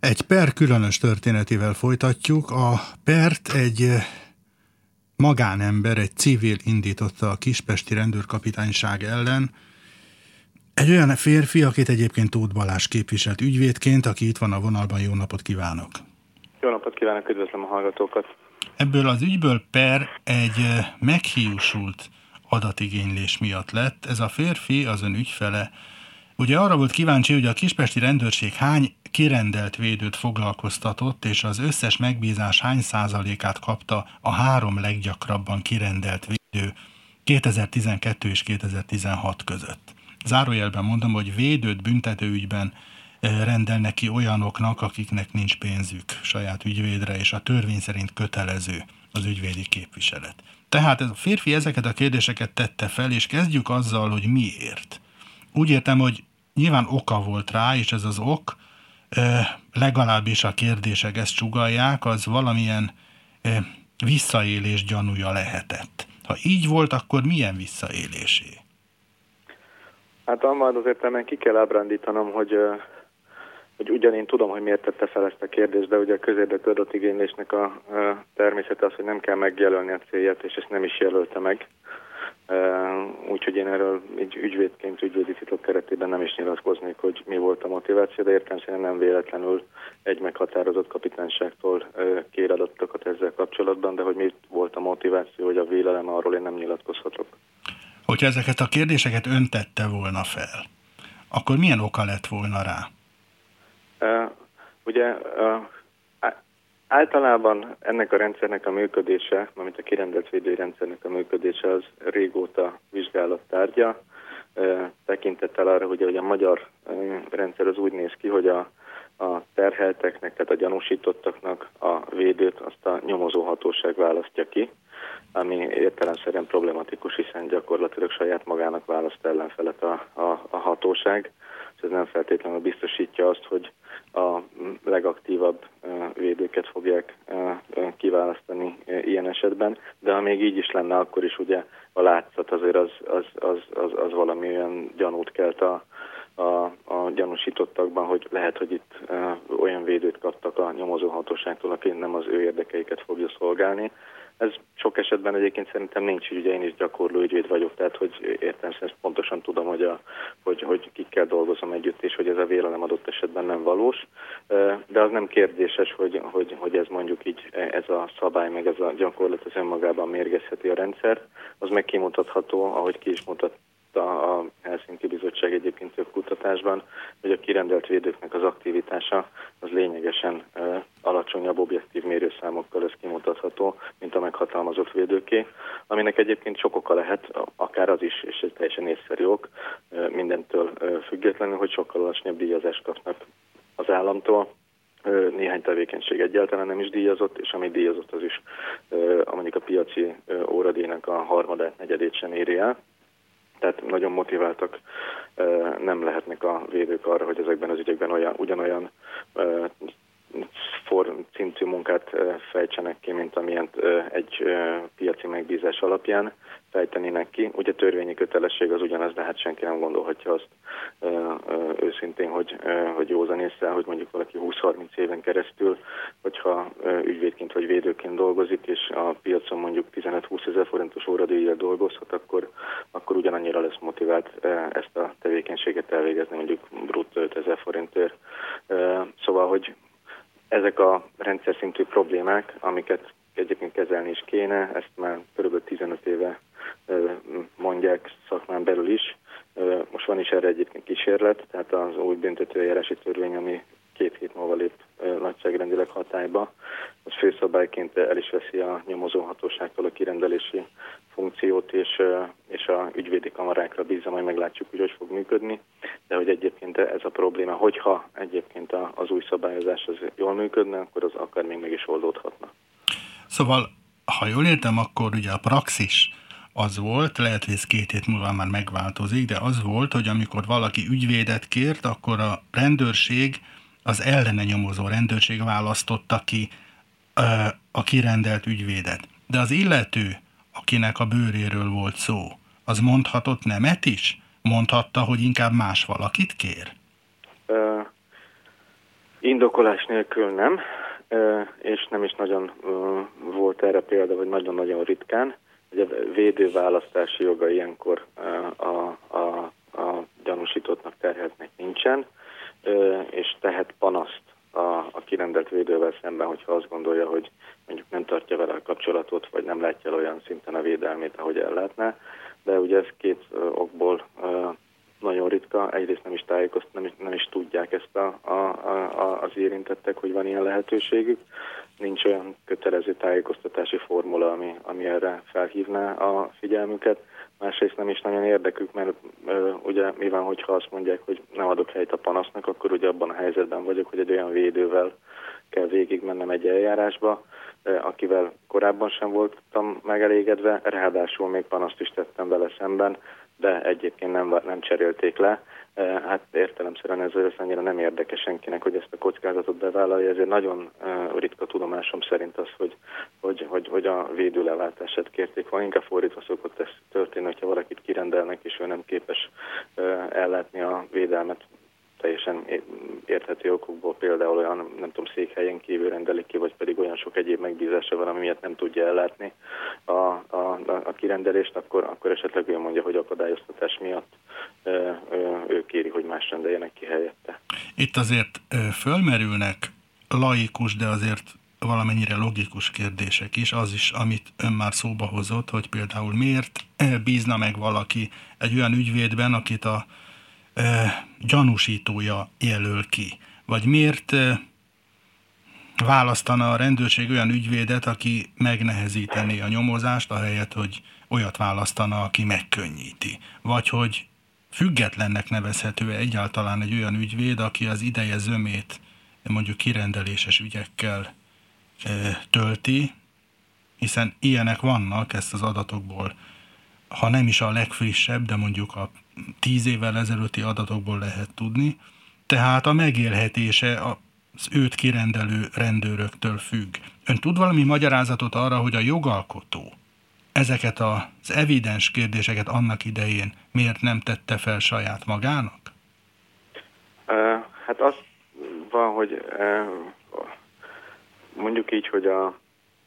Egy per különös történetével folytatjuk. A pert egy magánember, egy civil indította a kispesti rendőrkapitányság ellen. Egy olyan férfi, akit egyébként Tóth Balázs képviselt ügyvédként, aki itt van a vonalban. Jó napot kívánok! Jó napot kívánok, üdvözlöm a hallgatókat! Ebből az ügyből per egy meghiúsult adatigénylés miatt lett. Ez a férfi, az ön ügyfele, ugye arra volt kíváncsi, hogy a kispesti rendőrség hány kirendelt védőt foglalkoztatott, és az összes megbízás hány százalékát kapta a 3 leggyakrabban kirendelt védő 2012 és 2016 között. Zárójelben mondom, hogy védőt büntetőügyben rendelnek ki olyanoknak, akiknek nincs pénzük saját ügyvédre, és a törvény szerint kötelező az ügyvédi képviselet. Tehát ez a férfi ezeket a kérdéseket tette fel, és kezdjük azzal, hogy miért. Úgy értem, hogy nyilván oka volt rá, és ez az ok, legalábbis a kérdések ezt sugallják, az valamilyen visszaélés gyanúja lehetett. Ha így volt, akkor milyen visszaélésé? Hát abban az értelemben ki kell ábrándítanom, hogy ugyan én tudom, hogy miért tette fel ezt a kérdést, de ugye a közérdekű adatigénylésnek a természete az, hogy nem kell megjelölni a célját, és ezt nem is jelölte meg. Úgyhogy én erről ügyvédként, ügyvédi titok keretében nem is nyilatkoznék, hogy mi volt a motiváció, de értelemszerűen nem véletlenül egy meghatározott kapitányságtól kér adatokat ezzel kapcsolatban, de hogy mi volt a motiváció, hogy a vélelem, arról én nem nyilatkozhatok. Hogyha ezeket a kérdéseket ön tette volna fel, akkor milyen oka lett volna rá? Ugye általában ennek a rendszernek a működése, amit a kirendelt védői rendszernek a működése, az régóta vizsgálat tárgya. Tekintettel arra, hogy a magyar rendszer az úgy néz ki, hogy a terhelteknek, tehát a gyanúsítottaknak a védőt azt a nyomozóhatóság választja ki, ami értelemszerűen problematikus, hiszen gyakorlatilag saját magának választ ellenfelet a hatóság, és ez nem feltétlenül biztosítja azt, hogy a legaktívabb védőket fogják kiválasztani ilyen esetben, de ha még így is lenne, akkor is ugye a látszat azért az valamilyen gyanút kelt a gyanúsítottakban, hogy lehet, hogy itt olyan védőt kaptak a nyomozóhatóságtól, aki nem az ő érdekeiket fogja szolgálni. Ez sok esetben egyébként szerintem nincs, ugye én is gyakorló ügyvéd vagyok, tehát hogy értelemszerűen pontosan tudom, hogy kikkel dolgozom együtt, és hogy ez a vélelem adott esetben nem valós. De az nem kérdéses, hogy ez mondjuk így, ez a szabály, meg ez a gyakorlat az önmagában mérgezheti a rendszert. Az meg kimutatható, ahogy ki is mutatta a Helsinki Bizottság egyébként több kutatásban, hogy a kirendelt védőknek az aktivitása az lényegesen alacsonyabb objektív mérőszámokkal ez kimutatható, mint a meghatalmazott védőké, aminek egyébként sok oka lehet, akár az is, és ez teljesen észszerű ok, mindentől függetlenül, hogy sokkal alacsonyabb díjazást kapnak az államtól. Néhány tevékenység egyáltalán nem is díjazott, és ami díjazott, az is mondjuk a piaci óradíjnak a harmadát, negyedét sem éri el. Tehát nagyon motiváltak nem lehetnek a védők arra, hogy ezekben az ügyekben ugyanolyan szintű munkát fejtsenek ki, mint amilyen egy piaci megbízás alapján fejtenének ki. Ugye törvényi kötelesség az ugyanaz, de hát senki nem gondolhatja azt őszintén, hogy józan észre, hogy mondjuk valaki 20-30 éven keresztül, hogyha ügyvédként vagy védőként dolgozik, és a piacon mondjuk 15-20 ezer forintos óradíjjal dolgozhat, akkor ugyanannyira lesz motivált ezt a tevékenységet elvégezni, mondjuk bruttó 5000 forintért. Szóval, hogy ezek a rendszer szintű problémák, amiket egyébként kezelni is kéne, ezt már kb. 15 éve mondják szakmán belül is. Most van is erre egyébként kísérlet, tehát az új büntetőeljárási törvény, ami 2 hét múlva lép nagyságrendileg hatályba, az főszabályként el is veszi a nyomozóhatóságtól a kirendelési funkciót, és a ügyvédi kamarákra bízza, majd meglátjuk, hogy fog működni, de hogy egyébként ez a probléma, hogyha egyébként az új szabályozás az jól működne, akkor az akár még meg is oldódhatna. Szóval, ha jól értem, akkor ugye a praxis az volt, lehet, hogy ez 2 hét múlva már megváltozik, de az volt, hogy amikor valaki ügyvédet kért, akkor a rendőrség, az ellene nyomozó rendőrség választotta ki a kirendelt ügyvédet. De az illető, akinek a bőréről volt szó, az mondhatott nemet is? Mondhatta, hogy inkább más valakit kér? Indokolás nélkül nem, és nem is nagyon volt erre példa, vagy nagyon-nagyon ritkán. Ugye a védőválasztási joga ilyenkor a gyanúsítottnak terhetnek nincsen, és tehet panaszt a kirendelt védővel szemben, hogyha azt gondolja, hogy mondjuk nem tartja vele a kapcsolatot, vagy nem látja olyan szinten a védelmét, ahogy ellátná. De ugye ez két okból nagyon ritka, egyrészt nem is tudják ezt az érintettek, hogy van ilyen lehetőségük. Nincs olyan kötelező tájékoztatási formula, ami erre felhívná a figyelmüket. Másrészt nem is nagyon érdekük, mert ugye mi van, hogyha azt mondják, hogy nem adok helyt a panasznak, akkor ugye abban a helyzetben vagyok, hogy egy olyan védővel kell végigmennem egy eljárásba, akivel korábban sem voltam megelégedve, ráadásul még panaszt is tettem vele szemben, de egyébként nem cserélték le. Hát értelemszerűen ez annyira nem érdekes senkinek, hogy ezt a kockázatot bevállalja, ezért nagyon ritka tudomásom szerint az, hogy a védő leváltását kérték. Van inkább fordítva szokott ez történni, hogyha valakit kirendelnek, és ő nem képes ellátni a védelmet teljesen érthető okokból, például olyan, nem tudom, székhelyen kívül rendelik ki, vagy pedig olyan sok egyéb megbízása van, ami miatt nem tudja ellátni a kirendelést, akkor esetleg ő mondja, hogy akadályoztatás miatt ő kéri, hogy más rendeljenek ki helyette. Itt azért fölmerülnek laikus, de azért valamennyire logikus kérdések is, az is, amit ön már szóba hozott, hogy például miért bízna meg valaki egy olyan ügyvédben, akit a gyanúsítója jelöl ki, vagy miért választana a rendőrség olyan ügyvédet, aki megnehezítené a nyomozást, ahelyett, hogy olyat választana, aki megkönnyíti, vagy hogy függetlennek nevezhető egyáltalán egy olyan ügyvéd, aki az ideje zömét mondjuk kirendeléses ügyekkel tölti, hiszen ilyenek vannak, ezt az adatokból, ha nem is a legfrissebb, de mondjuk a 10 évvel ezelőtti adatokból lehet tudni, tehát a megélhetése az őt kirendelő rendőröktől függ. Ön tud valami magyarázatot arra, hogy a jogalkotó ezeket az evidens kérdéseket annak idején miért nem tette fel saját magának? Hát az van, hogy mondjuk így, hogy a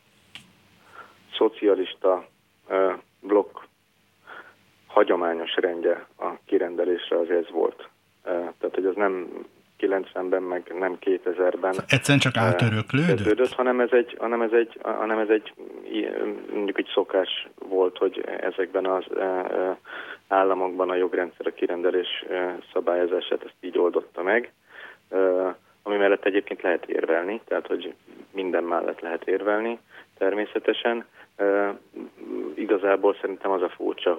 szocialista blokk hagyományos rendje a kirendelésre az ez volt. Tehát, hogy az nem 90-ben, meg nem 2000-ben egyszerűen csak átöröklődött? hanem ez egy mondjuk egy szokás volt, hogy ezekben az államokban a jogrendszer a kirendelés szabályozását ezt így oldotta meg, ami mellett egyébként lehet érvelni, tehát hogy minden mellett lehet érvelni természetesen. Igazából szerintem az a furcsa,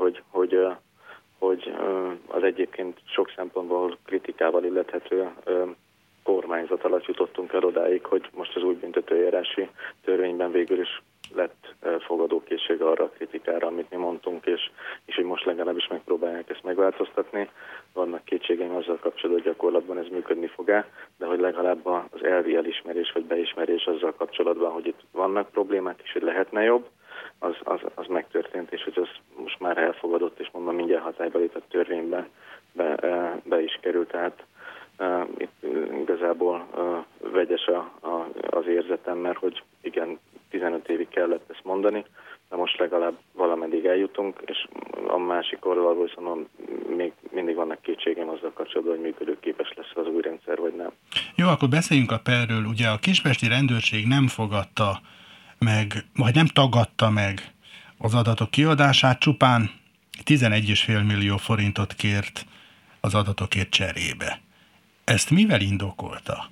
hogy az egyébként sok szempontból kritikával illethető kormányzat alatt jutottunk el odáig, hogy most az új büntetőeljárási törvényben végül is lett fogadókészség arra a kritikára, amit mi mondtunk, és hogy most legalábbis megpróbálják ezt megváltoztatni. Vannak kétségeim azzal kapcsolatban, hogy gyakorlatban ez működni fog-e, de hogy legalább az elvi elismerés vagy beismerés azzal kapcsolatban, hogy itt vannak problémák, és hogy lehetne jobb, az megtörtént, és hogy az most már elfogadott, és mondom, mindjárt hatályba lépett törvénybe be is került. Tehát itt igazából vegyes az érzetem, mert hogy igen, 15 évig kellett ezt mondani, de most legalább valameddig eljutunk, és a másik oldalról viszont még mindig vannak kétségem azzal kapcsolatban, hogy működőképes lesz az új rendszer, vagy nem. Jó, akkor beszéljünk a perről. Ugye a kispesti rendőrség nem fogadta meg, vagy nem tagadta meg az adatok kiadását, csupán 11,5 millió forintot kért az adatokért cserébe. Ezt mivel indokolta?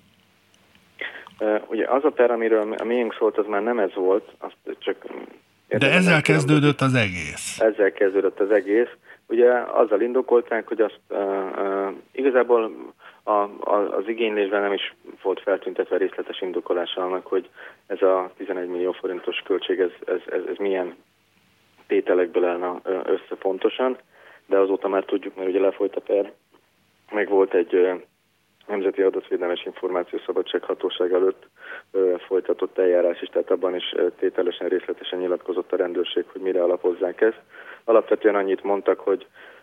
Ugye az a per, amiről a miénk szólt, az már nem ez volt, azt csak... De ezzel kezdődött az egész. Ezzel kezdődött az egész. Ugye azzal indokolták, hogy azt igazából az igénylésben nem is volt feltüntetve részletes indokolása annak, hogy ez a 11 millió forintos költség, ez milyen tételekből állna össze pontosan, de azóta már tudjuk, mert ugye lefolyt a per, meg volt egy Nemzeti Adatvédelmi Információszabadság Hatóság előtt folytatott eljárás is, tehát abban is tételesen, részletesen nyilatkozott a rendőrség, hogy mire alapozzák ezt. Alapvetően annyit mondtak, hogy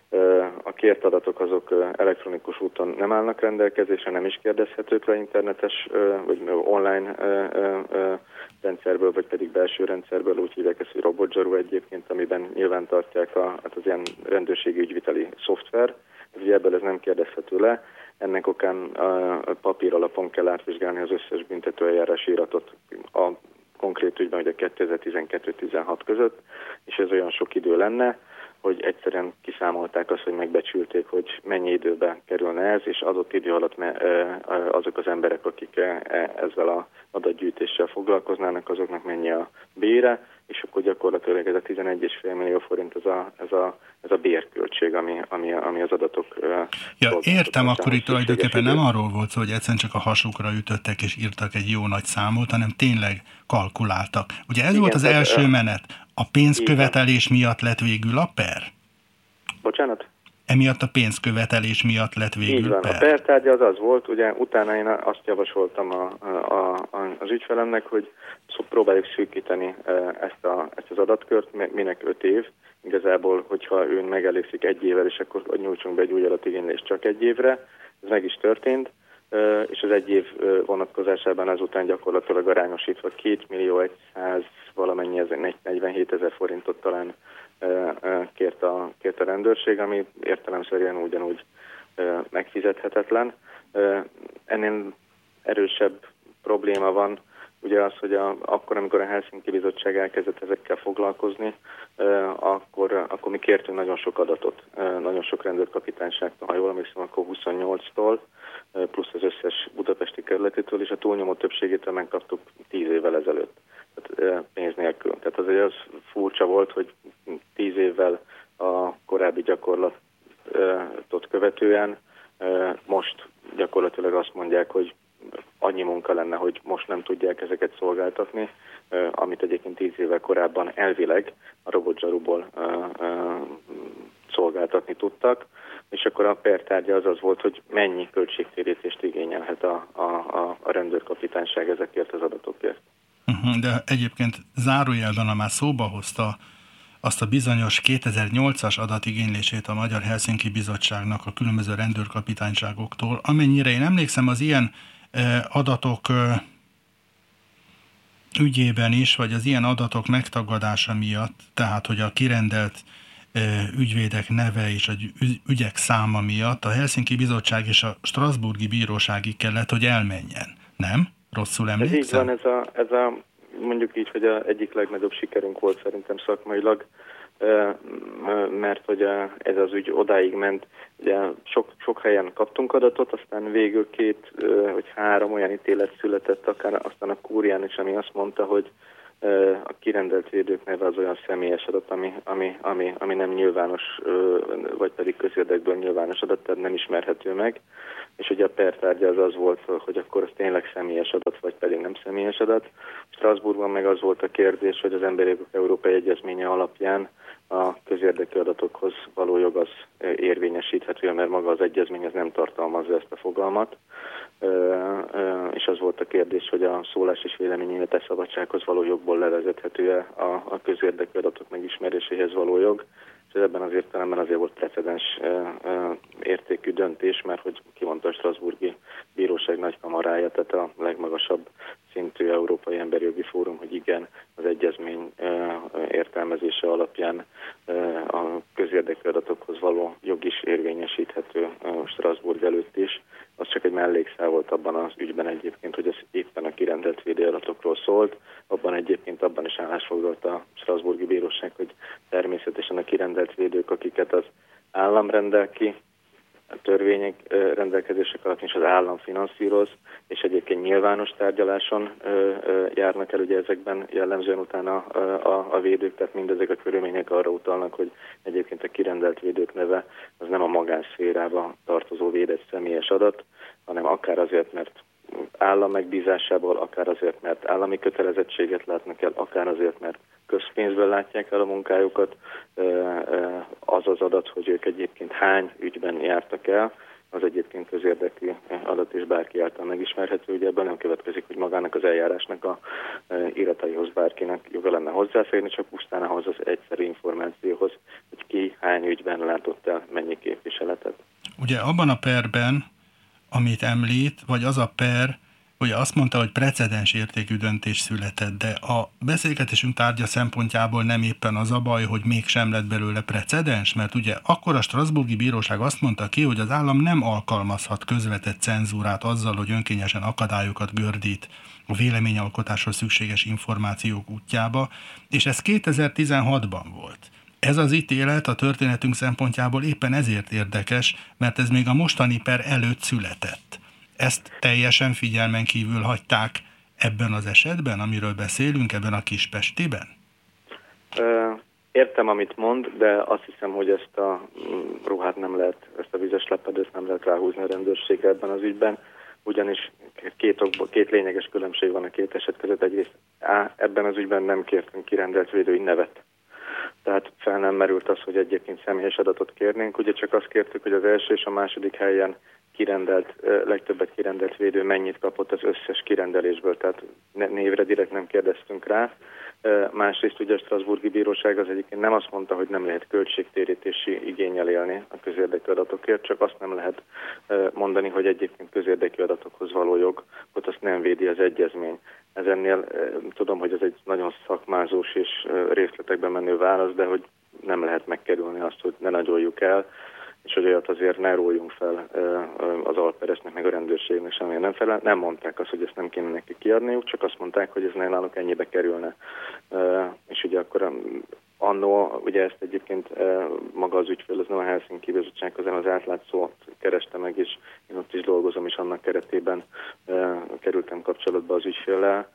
A kért adatok azok elektronikus úton nem állnak rendelkezésre, nem is kérdezhetők le internetes vagy online rendszerből, vagy pedig belső rendszerből, úgy hívják ezt, hogy robotzsaru egyébként, amiben nyilván tartják az ilyen rendőrségi ügyviteli szoftver. Ugye ebből ez nem kérdezhető le. Ennek okán papír alapon kell átvizsgálni az összes büntetőeljárási iratot a konkrét ügyben, ugye 2012-16 között, és ez olyan sok idő lenne, hogy egyszerűen kiszámolták azt, hogy megbecsülték, hogy mennyi időbe kerülne ez, és adott idő alatt azok az emberek, akik ezzel az adatgyűjtéssel foglalkoznának, azoknak mennyi a bére, és akkor gyakorlatilag ez a 11,5 millió forint ez a bérköltség, ami az adatok... Ja, értem, akkor itt tulajdonképpen nem arról volt szó, hogy egyszerűen csak a hasukra ütöttek és írtak egy jó nagy számot, hanem tényleg kalkuláltak. Ugye ez volt az első menet. A pénzkövetelés miatt lett végül a per? Bocsánat? Emiatt a pénzkövetelés miatt lett végül per. A pertárgya az volt, ugye utána én azt javasoltam az ügyfelemnek, hogy próbáljuk szűkíteni ezt az adatkört, minek 5 év. Igazából, hogyha ő megelégszik 1 évvel, és akkor nyújtsunk be egy új adatigénylést csak 1 évre. Ez meg is történt, és az 1 év vonatkozásában azután gyakorlatilag arányosítva 2.100.000 valamennyi, 47 000 forintot talán kért a rendőrség, ami értelemszerűen ugyanúgy megfizethetetlen. Ennél erősebb probléma van, ugye az, hogy akkor, amikor a Helsinki Bizottság elkezdett ezekkel foglalkozni, akkor mi kértünk nagyon sok adatot, nagyon sok rendőrkapitányságtól, ha jól emlékszem, akkor 28-tól, plusz az összes budapesti kerületétől, és a túlnyomó többségétől megkaptuk 10 évvel ezelőtt, tehát pénz nélkül. Tehát az furcsa volt, hogy 10 évvel a korábbi gyakorlatot követően most gyakorlatilag azt mondják, hogy annyi munka lenne, hogy most nem tudják ezeket szolgáltatni, amit egyébként 10 évvel korábban elvileg a robotzsaruból szolgáltatni tudtak, és akkor a pertárgya az volt, hogy mennyi költségtérítést igényelhet a rendőrkapitányság ezekért az adatokért. De egyébként zárójelben, ha már szóba hozta azt a bizonyos 2008-as adatigénylését a Magyar Helsinki Bizottságnak a különböző rendőrkapitányságoktól, amennyire én emlékszem, az ilyen adatok ügyében is, vagy az ilyen adatok megtagadása miatt, tehát hogy a kirendelt ügyvédek neve és az ügyek száma miatt a Helsinki Bizottság és a Strasbourgi Bíróságig kellett, hogy elmenjen. Nem? Rosszul emlékszem? Ez így van, ez a mondjuk így, hogy az egyik legnagyobb sikerünk volt szerintem szakmailag, mert hogy ez az ügy odáig ment, ugye sok helyen kaptunk adatot, aztán végül 2 vagy 3 olyan ítélet született, akár aztán a kúrián is, ami azt mondta, hogy a kirendelt védők neve az olyan személyes adat, ami nem nyilvános, vagy pedig közérdekből nyilvános adat, tehát nem ismerhető meg. És ugye a pertárgya az volt, hogy akkor az tényleg személyes adat, vagy pedig nem személyes adat. Strasbourgban meg az volt a kérdés, hogy az Emberi Jogok Európai Egyezménye alapján a közérdekű adatokhoz való jog az érvényesíthető, mert maga az egyezmény az nem tartalmazza ezt a fogalmat. És az volt a kérdés, hogy a szólás és véleménynyilvánítás szabadsághoz való jogból levezethető-e a közérdekű adatok megismeréséhez való jog. És ebben az értelemben azért volt precedens értékű döntés, mert hogy kimondta a Strasbourgi Bíróság nagykamarája, tehát a legmagasabb szintű Európai Emberi Jogi Fórum, hogy igen, az egyezmény értelmezése alapján a közérdekű adatokhoz való jog is érvényesíthető Strasbourg előtt is. Az csak egy mellékszál volt abban az ügyben egyébként, hogy ez éppen a kirendelt védőadatokról szólt. Abban is állásfoglalt a Strasbourgi Bíróság, hogy természetesen a kirendelt védők, akiket az állam rendel ki, a törvények rendelkezések alatt is az állam finanszíroz, és egyébként nyilvános tárgyaláson járnak el ugye ezekben jellemzően utána a védők, tehát mindezek a körülmények arra utalnak, hogy egyébként a kirendelt védők neve az nem a magánszférába tartozó védett személyes adat, hanem akár azért, mert állam megbízásából, akár azért, mert állami kötelezettséget látnak el, akár azért, mert közpénzből látják el a munkájukat, az az adat, hogy ők egyébként hány ügyben jártak el, az egyébként közérdekű adat és bárki által megismerhető, ugye ebből nem következik, hogy magának az eljárásnak a irataihoz bárkinek joga lenne hozzáférni, csak pusztán ahhoz az egyszerű információhoz, hogy ki hány ügyben látott el mennyi képviseletet. Ugye abban a perben, amit említ, vagy az a per, ugye azt mondta, hogy precedens értékű döntés született, de a beszélgetésünk tárgya szempontjából nem éppen az a baj, hogy mégsem lett belőle precedens, mert ugye akkor a Strasbourgi Bíróság azt mondta ki, hogy az állam nem alkalmazhat közvetett cenzúrát azzal, hogy önkényesen akadályokat gördít a véleményalkotáshoz szükséges információk útjába, és ez 2016-ban volt. Ez az ítélet a történetünk szempontjából éppen ezért érdekes, mert ez még a mostani per előtt született. Ezt teljesen figyelmen kívül hagyták ebben az esetben, amiről beszélünk, ebben a Kispestiben? Értem, amit mond, de azt hiszem, hogy ezt a ruhát nem lehet, ezt a vizes lepedőt nem lehet ráhúzni a rendőrségre ebben az ügyben, ugyanis két lényeges különbség van a két eset között. Egyrészt ebben az ügyben nem kértünk kirendelt védői nevet. Tehát fel nem merült az, hogy egyébként személyes adatot kérnénk. Ugye csak azt kértük, hogy az első és a második helyen legtöbbet kirendelt védő mennyit kapott az összes kirendelésből, tehát névre direkt nem kérdeztünk rá. Másrészt ugye a Strasbourgi Bíróság az egyébként nem azt mondta, hogy nem lehet költségtérítési igénnyel élni a közérdekű adatokért, csak azt nem lehet mondani, hogy egyébként közérdekű adatokhoz való jog, hogy azt nem védi az egyezmény. Ez ennél tudom, hogy ez egy nagyon szakmázós és részletekben menő válasz, de hogy nem lehet megkerülni azt, hogy ne nagyoljuk el, és hogy olyat azért ne róljunk fel az alperesnek, meg a rendőrségnek semmilyen nem felel. Nem mondták azt, hogy ezt nem kéne neki kiadniuk, csak azt mondták, hogy ez náluk ennyibe kerülne. És ugye akkor annó, ugye ezt egyébként maga az ügyfél, az nem a Helsinki Bizottság, az átlátszót kereste meg, és én ott is dolgozom, és annak keretében kerültem kapcsolatba az ügyféllel.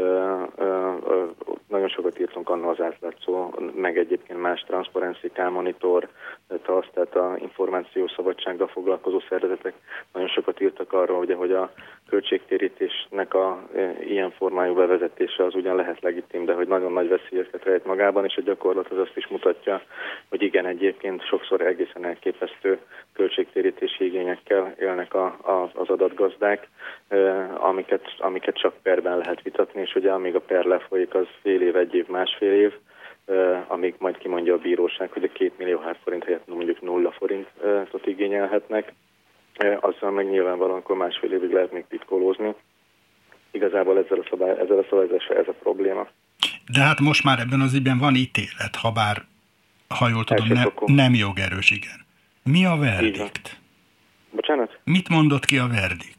Nagyon sokat írtunk annól az átlátszó, meg egyébként más Transparency, K-Monitor, tehát a információszabadsággal foglalkozó szervezetek nagyon sokat írtak arról, hogy a költségtérítésnek a ilyen formájú bevezetése az ugyan lehet legitim, de hogy nagyon nagy veszélyeket rejt magában, és a gyakorlat az azt is mutatja, hogy igen, egyébként sokszor egészen elképesztő költségtérítési igényekkel élnek az adatgazdák, amiket csak perben lehet vitatni, és ugye amíg a per lefolyik, az fél év, egy év, másfél év, amíg majd kimondja a bíróság, hogy a 2 millió forint helyett mondjuk 0 forintot igényelhetnek, azzal meg nyilvánvalóan akkor másfél évig lehet még titkolózni. Igazából ezzel a szabályozással ez a probléma. De hát most már ebben az ügyben van ítélet, ha jól tudom, nem jogerős, igen. Mi a verdikt? Bocsánat? Mit mondott ki a verdikt?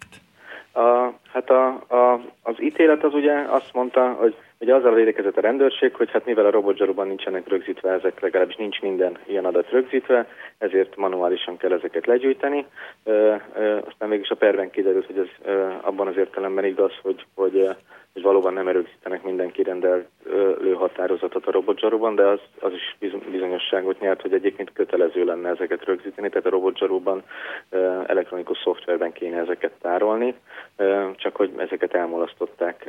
Az ítélet az ugye azt mondta, hogy ugye azzal védekezett a rendőrség, hogy hát mivel a robotzsaruban nincsenek rögzítve ezek, legalábbis nincs minden ilyen adat rögzítve, ezért manuálisan kell ezeket legyűjteni. Aztán mégis a perben kiderült, hogy ez abban az értelemben igaz, hogy valóban nem rögzítenek minden kirendelő határozatot a robotzsaruban, de az is bizonyosságot nyert, hogy egyébként kötelező lenne ezeket rögzíteni, tehát a robotzsaruban elektronikus szoftverben kéne ezeket tárolni, csak hogy ezeket elmulasztották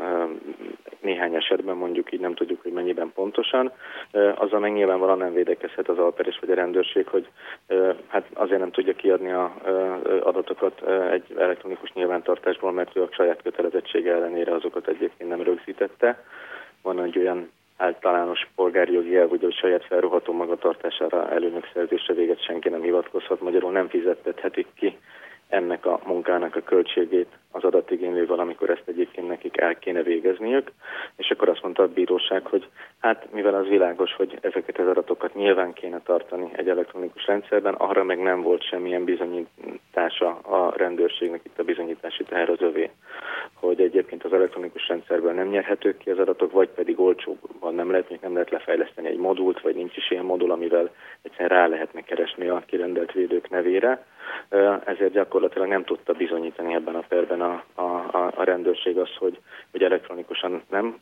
néhány esetben, mondjuk így nem tudjuk, hogy mennyiben pontosan. Azzal meg nyilvánvalóan nem védekezhet az alperes vagy a rendőrség, hogy hát azért nem tudja kiadni az adatokat egy elektronikus nyilvántartásból, mert ő a saját kötelezettsége ellenére azokat egyébként nem rögzítette. Van egy olyan általános polgári jogi elv, hogy saját felruható magatartására előnyökszerzésre véget senki nem hivatkozhat, magyarul nem fizettethetik ki ennek a munkának a költségét az adatigénylővel, amikor ezt egyébként nekik el kéne végezniük, és akkor azt mondta a bíróság, hogy hát mivel az világos, hogy ezeket az adatokat nyilván kéne tartani egy elektronikus rendszerben, arra meg nem volt semmilyen bizonyítása a rendőrségnek, itt a bizonyítási teher az övé, hogy egyébként az elektronikus rendszerben nem nyerhetők ki az adatok, vagy pedig olcsóbban nem lehet lefejleszteni egy modult, vagy nincs is ilyen modul, amivel egyszerűen rá lehetne keresni a kirendelt védők nevére. Ezért gyakorlatilag nem tudta bizonyítani ebben a perben a rendőrség azt, hogy elektronikusan nem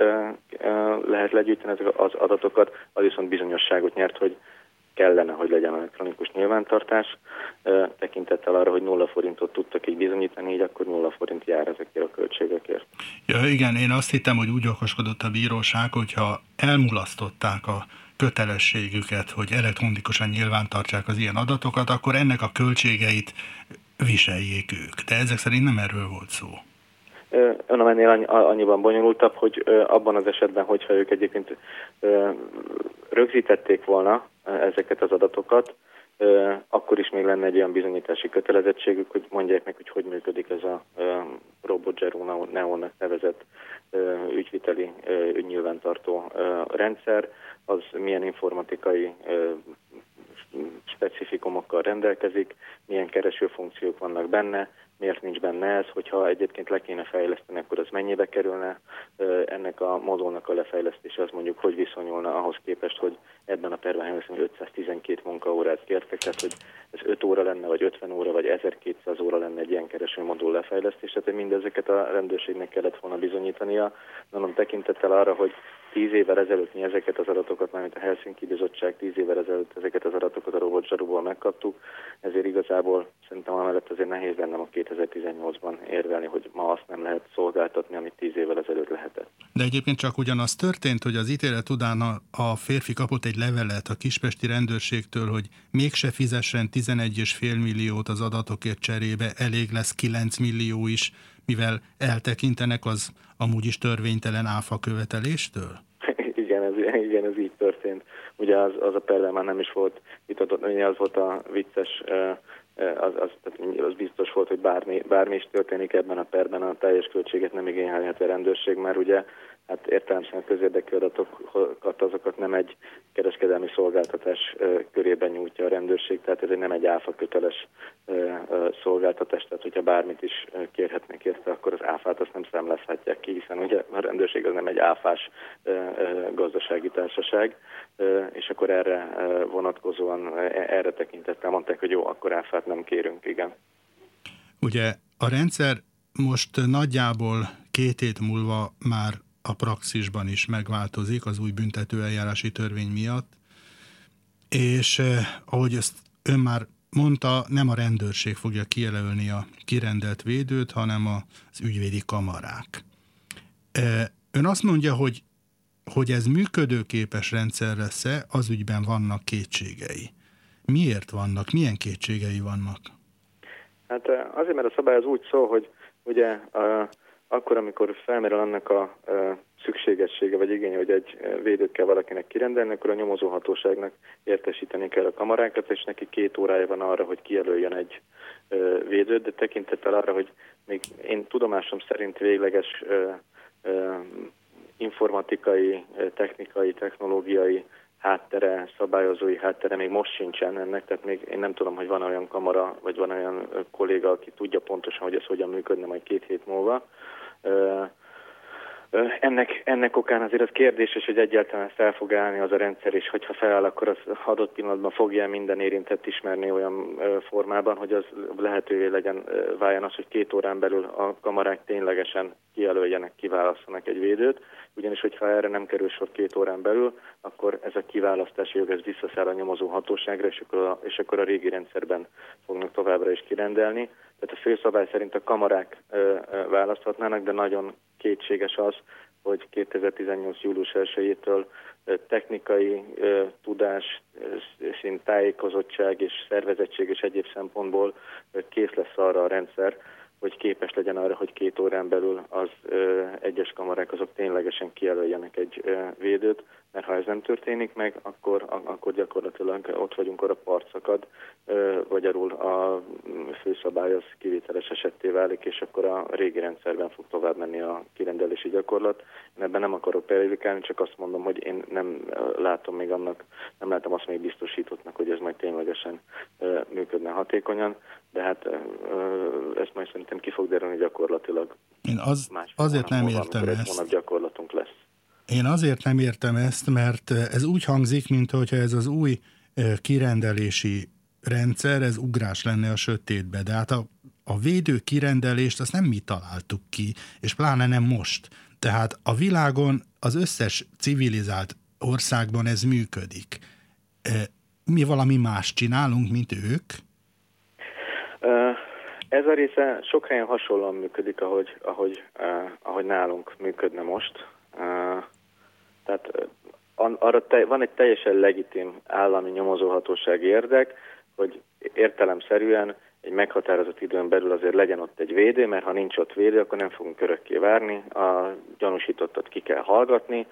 lehet legyűjteni az adatokat, az viszont bizonyosságot nyert, hogy kellene, hogy legyen elektronikus nyilvántartás, tekintettel arra, hogy 0 forintot tudtak így bizonyítani, így akkor 0 forint jár ezekért a költségekért. Ja, igen, én azt hittem, hogy úgy okoskodott a bíróság, hogyha elmulasztották a kötelességüket, hogy elektronikusan nyilvántartsák az ilyen adatokat, akkor ennek a költségeit viseljék ők. De ezek szerint nem erről volt szó. Önnám ennél annyiban bonyolultabb, hogy abban az esetben, hogyha ők egyébként rögzítették volna ezeket az adatokat, akkor is még lenne egy olyan bizonyítási kötelezettségük, hogy mondják meg, hogy működik ez a Robot Zero Neonnak nevezett ügyviteli ügynyilvántartó rendszer, az milyen informatikai specifikumokkal rendelkezik, milyen keresőfunkciók vannak benne, miért nincs benne ez, hogyha egyébként le kéne fejleszteni, akkor az mennyibe kerülne, ennek a modulnak a lefejlesztése, az mondjuk hogy viszonyulna ahhoz képest, hogy ebben a perben 512 munkaórát kértek, tehát hogy ez 5 óra lenne, vagy 50 óra, vagy 1200 óra lenne egy ilyen kereső modul lefejlesztés, tehát mindezeket a rendőrségnek kellett volna bizonyítania, mondom tekintettel arra, hogy 10 évvel ezelőtt mi ezeket az adatokat, mármint a Helsinki Bizottság 10 évvel ezelőtt ezeket az adatokat a Robot Zero-ból megkaptuk, ezért igazából szerintem amellett azért nehéz lenne a 2018-ban érvelni, hogy ma azt nem lehet szolgáltatni, amit 10 évvel ezelőtt lehetett. De egyébként csak ugyanaz történt, hogy az ítélet után a férfi kapott egy levelet a kispesti rendőrségtől, hogy mégse fizessen 11,5 milliót az adatokért cserébe, elég lesz 9 millió is, mivel eltekintenek az amúgy is törvénytelen áfa követeléstől? Igen, ez így történt. Ugye az a perben már nem is volt vitatott, az volt a vicces, az biztos volt, hogy bármi is történik ebben a perben, a teljes költséget nem igényelhet a rendőrség, mert ugye hát értelemszerűen közérdekű adatokat, azokat nem egy kereskedelmi szolgáltatás körében nyújtja a rendőrség, tehát ez nem egy áfa köteles szolgáltatás, tehát hogyha bármit is kérhetnek érte, akkor az áfát azt nem számlázhatják ki, hiszen ugye a rendőrség az nem egy áfás gazdasági társaság, és akkor erre vonatkozóan, erre tekintettel mondták, hogy jó, akkor áfát nem kérünk, igen. Ugye a rendszer most nagyjából 2 hét múlva már a praxisban is megváltozik az új büntetőeljárási törvény miatt, és ahogy ezt ön már mondta, nem a rendőrség fogja kijelölni a kirendelt védőt, hanem az ügyvédi kamarák. Ön azt mondja, hogy ez működőképes rendszer lesz-e, az ügyben vannak kétségei. Miért vannak? Milyen kétségei vannak? Hát azért, mert a szabály az úgy szól, hogy ugye akkor, amikor felmerül annak a szükségessége vagy igénye, hogy egy védőt kell valakinek kirendelni, akkor a nyomozóhatóságnak értesíteni kell a kamarákat, és neki 2 órája van arra, hogy kijelöljön egy védőt, de tekintettel arra, hogy még én tudomásom szerint végleges informatikai, technikai, technológiai háttere, szabályozói háttere még most sincsen ennek, tehát még én nem tudom, hogy van olyan kamara, vagy van olyan kolléga, aki tudja pontosan, hogy ez hogyan működne majd 2 hét múlva. Ennek okán azért az kérdéses, hogy egyáltalán fel fog állni az a rendszer, és hogyha feláll, akkor az adott pillanatban fogja minden érintett ismerni olyan formában, hogy az lehetővé váljon az, hogy 2 órán belül a kamarák ténylegesen kijelöljenek, kiválasszanak egy védőt, ugyanis hogyha erre nem kerül sor 2 órán belül, akkor ez a kiválasztási jog ez visszaszáll a nyomozó hatóságra, és akkor a régi rendszerben fognak továbbra is kirendelni. Tehát a főszabály szerint a kamarák választhatnának, de nagyon kétséges az, hogy 2018. július 1-től technikai tudás, tájékozottság és szervezettség és egyéb szempontból kész lesz arra a rendszer, hogy képes legyen arra, hogy 2 órán belül az egyes kamarák azok ténylegesen kijelöljenek egy védőt, mert ha ez nem történik meg, akkor gyakorlatilag ott vagyunk, akkor a part szakad, vagy arról a főszabály az kivételes esetté válik, és akkor a régi rendszerben fog tovább menni a kirendelési gyakorlat. Én ebben nem akarok prejudikálni, csak azt mondom, hogy én nem látom azt még biztosítottnak, hogy ez majd ténylegesen működne hatékonyan, de hát ezt majd szerintem ki fog derülni gyakorlatilag. Én azért nem értem ezt. Gyakorlatunk lesz. Én azért nem értem ezt, mert ez úgy hangzik, mintha ez az új kirendelési rendszer, ez ugrás lenne a sötétbe, de hát a védő kirendelést azt nem mi találtuk ki, és pláne nem most. Tehát a világon az összes civilizált országban ez működik. Mi valami más csinálunk, mint ők? Ez a része sok helyen hasonlóan működik, ahogy nálunk működne most. Tehát arra van egy teljesen legitim állami nyomozóhatósági érdek, hogy értelemszerűen egy meghatározott időn belül azért legyen ott egy védő, mert ha nincs ott védő, akkor nem fogunk örökké várni. A gyanúsítottat ki kell hallgatni,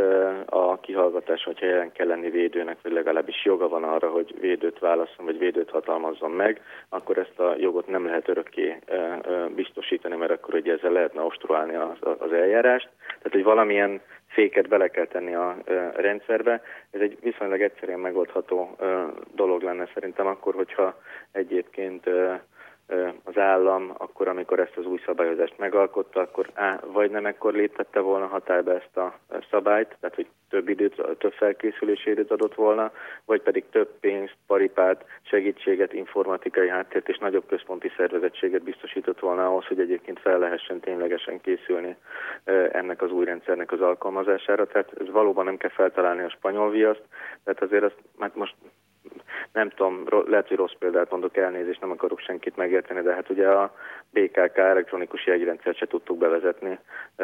a kihallgatás, hogyha jelen kell lenni védőnek, vagy legalábbis joga van arra, hogy védőt válasszon, vagy védőt hatalmazzon meg, akkor ezt a jogot nem lehet örökké biztosítani, mert akkor ugye ezzel lehetne obstruálni az eljárást. Tehát, hogy valamilyen féket bele kell tenni a rendszerbe. Ez egy viszonylag egyszerűen megoldható dolog lenne szerintem akkor, hogyha egyébként az állam akkor, amikor ezt az új szabályozást megalkotta, akkor vagy nem ekkor léptette volna hatályba ezt a szabályt, tehát hogy több felkészülési időt adott volna, vagy pedig több pénzt, paripát, segítséget, informatikai háttért és nagyobb központi szervezettséget biztosított volna ahhoz, hogy egyébként fel lehessen ténylegesen készülni ennek az új rendszernek az alkalmazására. Tehát ez valóban nem kell feltalálni a spanyol viaszt, tehát azért azt most nem tudom, lehet, hogy rossz példát mondok, elnézést, nem akarok senkit megérteni, de hát ugye a BKK elektronikus jegyrendszert se tudtuk bevezetni.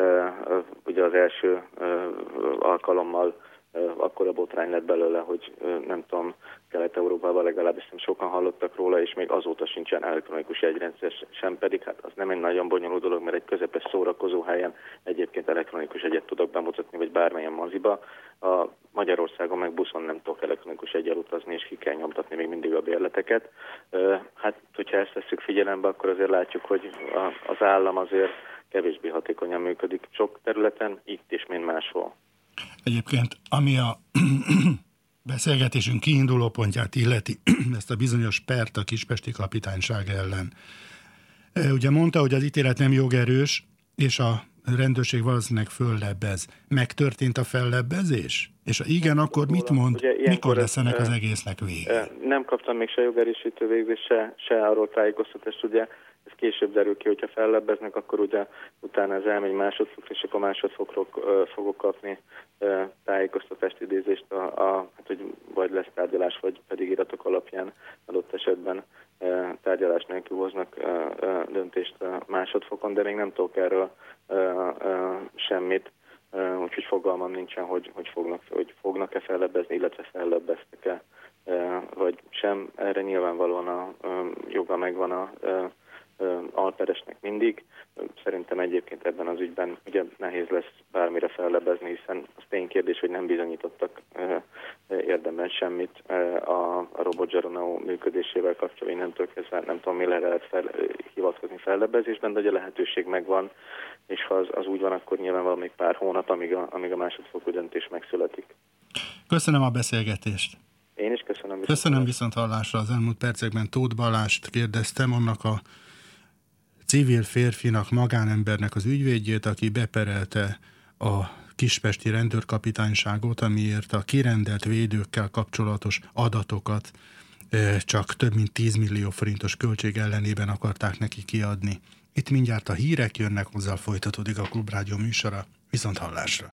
Ugye az első alkalommal akkora botrány lett belőle, hogy nem tudom, Kelet-Európában legalábbis sokan hallottak róla, és még azóta sincsen elektronikus jegyrendszer sem, pedig hát az nem egy nagyon bonyolult dolog, mert egy közepes szórakozó helyen egyébként elektronikus jegyet tudok bemutatni, vagy bármilyen moziba. A Magyarországon meg buszon nem tudok elektronikus jeggyel utazni, és ki kell nyomtatni még mindig a bérleteket. Hát, hogyha ezt vesszük figyelembe, akkor azért látjuk, hogy az állam azért kevésbé hatékonyan működik sok területen, itt is, mint máshol. Egyébként, ami a beszélgetésünk kiinduló pontját illeti, ezt a bizonyos pert a kispesti kapitányság ellen. Ugye mondta, hogy az ítélet nem jogerős, és a rendőrség valószínűleg föllebbez. Megtörtént a fellebbezés? És ha igen, akkor mit mond? Ugye, mikor lesz ennek az egésznek vége? Nem kaptam még se jogerősítő végzést, se arról tájékoztatást, ugye ez később derül ki, hogyha fellebbeznek, akkor ugye utána ez elmegy másodfokra, és akkor másodfokról fogok kapni tájékoztatást, idézést, hát, hogy vagy lesz tárgyalás, vagy pedig iratok alapján adott esetben tárgyalás nélkül hoznak döntést másodfokon, de még nem tudok erről semmit, úgyhogy fogalmam nincsen, hogy fognak-e fellebbezni, illetve fellebbeztek-e, vagy sem. Erre nyilvánvalóan a joga megvan a alperesnek mindig. Szerintem egyébként ebben az ügyben ugye nehéz lesz bármire fellebbezni, hiszen az ténykérdés, hogy nem bizonyítottak érdemben semmit a Robot Geronimo működésével kapcsolatban, innentől kezdve nem tudom, mire lehet hivatkozni fellebbezésben, de ugye a lehetőség megvan, és ha az úgy van, akkor nyilvánvalóan még pár hónap, amíg a másodfokú döntés megszületik. Köszönöm a beszélgetést. Én is köszönöm. Köszönöm viszonthallásra. Az elmúlt percekben Tóth Balást kérdeztem, annak a civil férfinak, magánembernek az ügyvédjét, aki beperelte a kispesti rendőrkapitányságot, amiért a kirendelt védőkkel kapcsolatos adatokat csak több mint 10 millió forintos költség ellenében akarták neki kiadni. Itt mindjárt a hírek jönnek, hozzá folytatódik a Klubrádió műsora. Viszonthallásra!